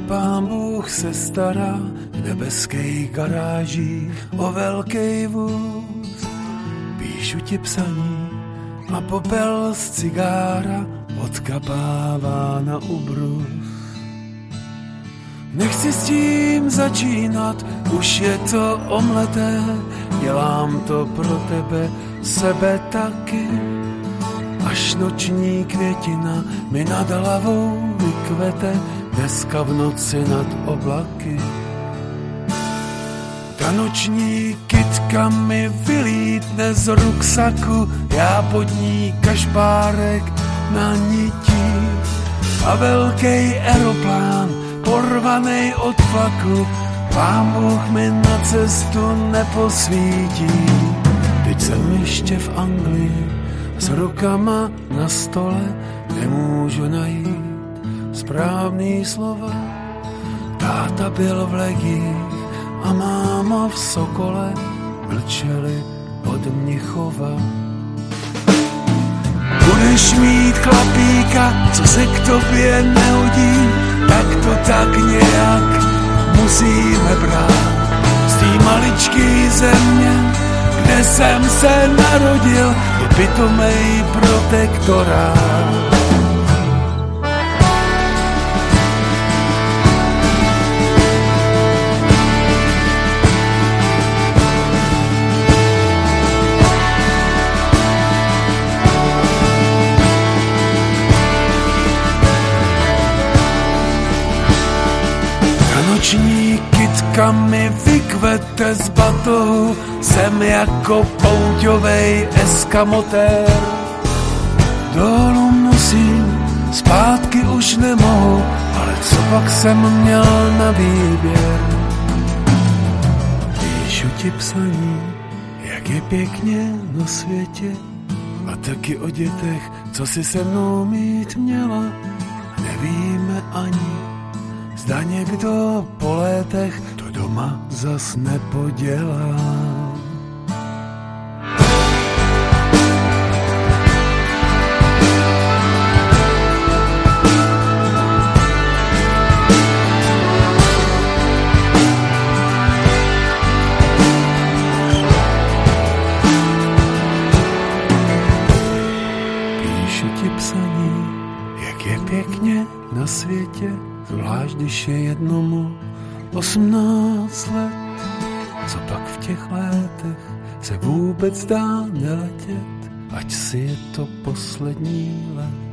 Pán Bůh se stará v nebeských garážích o velký vůz. Píšu ti psaní a popel z cigára odkapává na ubrus. Nechci s tím začínat, už je to omleté, dělám to pro tebe, sebe taky. Až noční květina mi nad hlavou vykvete, dneska v noci nad oblaky. Ta noční kytka mi vylítne z ruksaku, já pod ní kašpárek na nití a velký aeroplán porvanej od tlaku. Pán Bůh mi na cestu neposvítí. Teď jsem ještě v Anglii s rukama na stole, nemůžu najít správný slova. Táta byl v Legích a máma v Sokole, mlčeli od Mnichova. Budeš mít chlapíka, co se k tobě nehodí, tak to tak nějak musíme brát. Z té maličký země, kde jsem se narodil, je pitomej protektorát. Noční kytka mi vykvete z batohu, jsem jako pouťovej eskamotér. Dolů musím, zpátky už nemohu, ale co pak jsem měl na výběr. Píšu ti psaní, jak je pěkně na světě, a taky o dětech, co si se mnou mít měla. Nevíme ani, zda někdo po létech to doma zas nepodělá. Píšu ti psaní, jak je pěkně na světě, zvlášť když je jednomu 18 let. Co pak v těch létech se vůbec dá neletět, ať si je to poslední let.